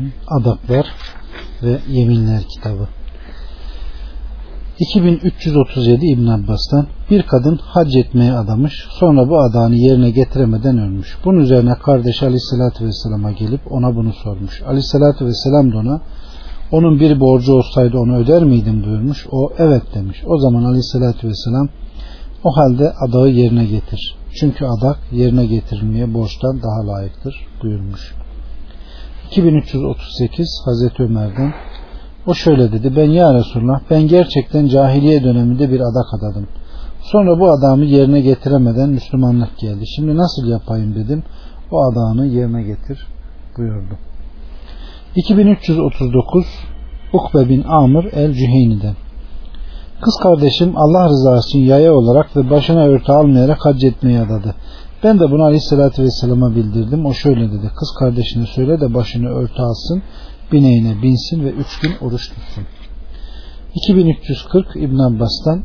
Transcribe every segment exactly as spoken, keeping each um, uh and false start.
Adaklar ve Yeminler kitabı. iki bin üç yüz otuz yedi İbn Abbas'tan, bir kadın hac etmeye adamış, sonra bu adağını yerine getiremeden ölmüş. Bunun üzerine kardeşi Aleyhisselatü Vesselam'a gelip ona bunu sormuş. Aleyhisselatü Vesselam da ona, onun bir borcu olsaydı onu öder miydin buyurmuş. O evet demiş. O zaman Aleyhisselatü Vesselam, o halde adağı yerine getir. Çünkü adak yerine getirilmeye borçtan daha layıktır buyurmuş. iki bin üç yüz otuz sekiz Hazreti Ömer'den, o şöyle dedi: ben ya Resulullah, ben gerçekten cahiliye döneminde bir adak adadım. Sonra bu adamı yerine getiremeden Müslümanlık geldi. Şimdi nasıl yapayım dedim. O adağını yerine getir buyurdu. iki bin üç yüz otuz dokuz Ukbe bin Amr el-Cüheyni'den, kız kardeşim Allah rızası için yaya olarak ve başına örtü almayarak hac etmeyi adadı. Ben de bunu Aleyhisselatü Vesselam'a bildirdim. O şöyle dedi: kız kardeşine söyle de başını örtü alsın, bineğine binsin ve üç gün oruç tutsun. iki bin üç yüz kırk İbn Abbas'tan,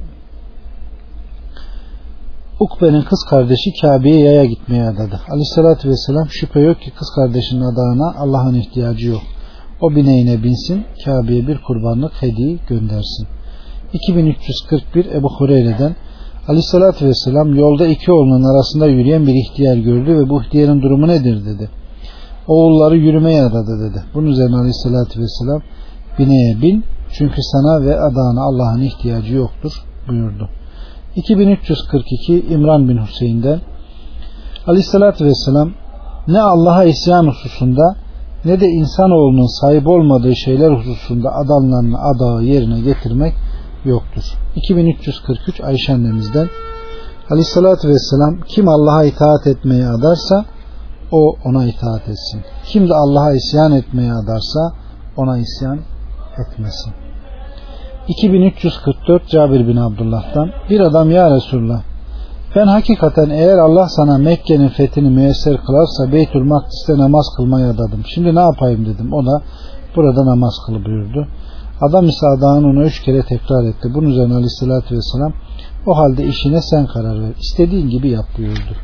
Ukbe'nin kız kardeşi Kabe'ye yaya gitmeye adadı. Aleyhissalatü Vesselam, şüphe yok ki kız kardeşinin adağına Allah'ın ihtiyacı yok. O bineğine binsin, Kabe'ye bir kurbanlık hediye göndersin. iki bin üç yüz kırk bir Ebu Hureyre'den, Aleyhissalatü Vesselam yolda iki oğlunun arasında yürüyen bir ihtiyar gördü ve bu ihtiyarın durumu nedir dedi. Oğulları yürümeye adadı dedi. Bunun üzerine Aleyhissalatü Vesselam, bineğe bin çünkü sana ve adağına Allah'ın ihtiyacı yoktur buyurdu. iki bin üç yüz kırk iki İmran bin Hüseyin'den, Aleyhissalatü Vesselam, ne Allah'a isyan hususunda ne de insanoğlunun sahip olmadığı şeyler hususunda adamlarının adağı yerine getirmek yoktur. iki bin üç yüz kırk üç Ayşe annemizden, Aleyhissalatü Vesselam, kim Allah'a itaat etmeye adarsa o ona itaat etsin. Kim de Allah'a isyan etmeye adarsa ona isyan etmesin. iki bin üç yüz kırk dört Cabir bin Abdullah'tan, bir adam ya Resulullah, ben hakikaten eğer Allah sana Mekke'nin fethini müyesser kılarsa Beytül Makdis'te namaz kılmaya adadım. Şimdi ne yapayım dedim. O da burada namaz kıl buyurdu. Adam ise adağını ona üç kere tekrar etti. Bunun üzerine Aleyhisselatü Vesselam, o halde işine sen karar ver, İstediğin gibi yap buyurdu.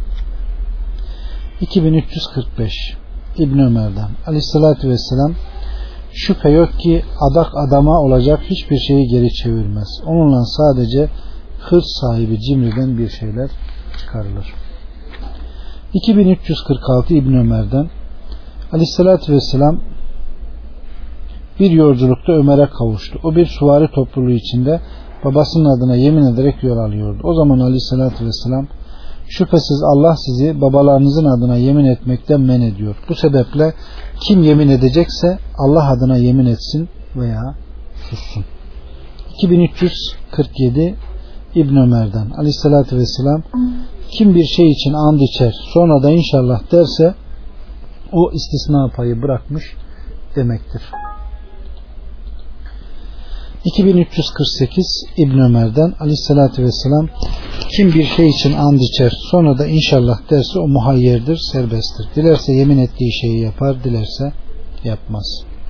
iki bin üç yüz kırk beş İbn Ömer'den, Aleyhisselatü Vesselam, şüphe yok ki adak adama olacak hiçbir şeyi geri çevirmez. Onunla sadece hırs sahibi cimriden bir şeyler çıkarılır. iki bin üç yüz kırk altı İbn Ömer'den, Aleyhisselatü Vesselam bir yolculukta Ömer'e kavuştu. O bir süvari topluluğu içinde babasının adına yemin ederek yol alıyordu. O zaman Aleyhisselatü Vesselam, şüphesiz Allah sizi babalarınızın adına yemin etmekten men ediyor. Bu sebeple kim yemin edecekse Allah adına yemin etsin veya sussun. iki bin üç yüz kırk yedi İbn Ömer'den, Aleyhisselatü Vesselam, kim bir şey için and içer sonra da inşallah derse o istisna payı bırakmış demektir. iki bin üç yüz kırk sekiz İbn Ömer'den, Aleyhisselatü Vesselam, kim bir şey için and içer sonra da inşallah derse o muhayyerdir, serbesttir. Dilerse yemin ettiği şeyi yapar, dilerse yapmaz.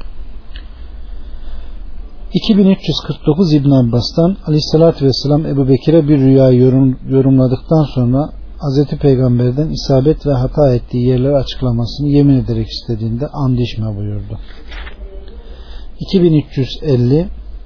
iki bin üç yüz kırk dokuz İbn Abbas'tan, Aleyhisselatü Vesselam Ebu Bekir'e bir rüyayı yorum, yorumladıktan sonra Hazreti Peygamber'den isabet ve hata ettiği yerleri açıklamasını yemin ederek istediğinde and içme buyurdu. iki bin üç yüz elli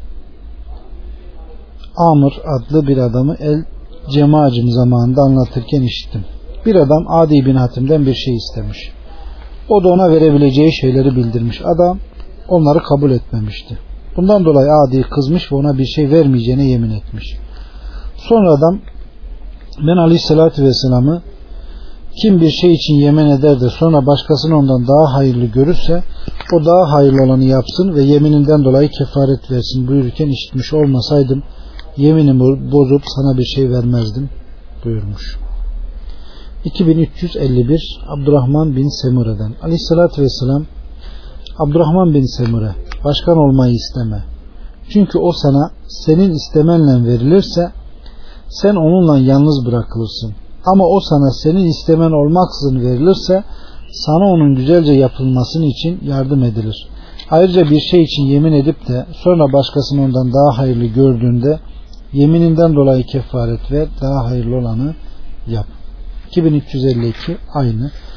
Amr adlı bir adamı El Cemacım zamanında anlatırken işittim. Bir adam Adi bin Hatim'den bir şey istemiş. O da ona verebileceği şeyleri bildirmiş. Adam onları kabul etmemişti. Bundan dolayı Adi kızmış ve ona bir şey vermeyeceğine yemin etmiş. Sonra adam, ben Aleyhisselatü Vesselam'ı, kim bir şey için yemin eder de sonra başkasını ondan daha hayırlı görürse o daha hayırlı olanı yapsın ve yemininden dolayı kefaret versin buyururken işitmiş olmasaydım yeminimi bozup sana bir şey vermezdim buyurmuş. iki bin üç yüz elli bir Abdurrahman bin Semure'den, Aleyhisselatü Vesselam, Abdurrahman bin Semure, başkan olmayı isteme. Çünkü o sana senin istemenle verilirse sen onunla yalnız bırakılırsın. Ama o sana senin istemen olmaksızın verilirse sana onun güzelce yapılmasının için yardım edilir. Ayrıca bir şey için yemin edip de sonra başkasını ondan daha hayırlı gördüğünde yemininden dolayı kefaret ver, daha hayırlı olanı yap. iki bin üç yüz elli iki aynı.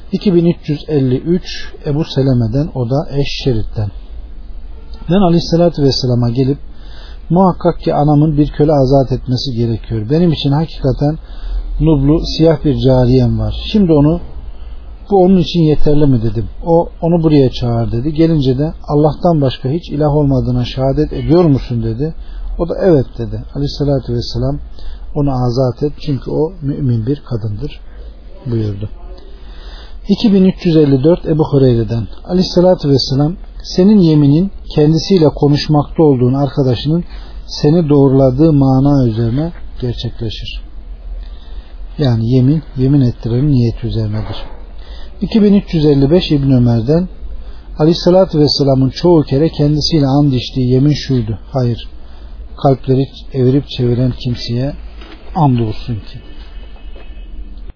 iki bin üç yüz elli üç Ebu Seleme'den, o da Eşşerit'ten. Ben Aleyhisselatü Vesselam'a gelip muhakkak ki anamın bir köle azat etmesi gerekiyor. Benim için hakikaten nublu siyah bir cariyem var. Şimdi onu bu onun için yeterli mi dedim. O onu buraya çağır dedi. Gelince de Allah'tan başka hiç ilah olmadığına şehadet ediyor musun dedi. O da evet dedi. Aleyhissalatü vesselam onu azat et çünkü o mümin bir kadındır buyurdu. iki bin üç yüz elli dört Ebu Hureyre'den, Aleyhissalatü vesselam senin yeminin kendisiyle konuşmakta olduğun arkadaşının seni doğruladığı mana üzerine gerçekleşir. Yani yemin, yemin ettirenin niyeti üzerinedir. iki bin üç yüz elli beş İbn Ömer'den, Aleyhissalatü vesselamın çoğu kere kendisiyle and içtiği yemin şuydu: hayır, kalpleri evirip çeviren kimseye andolsun ki.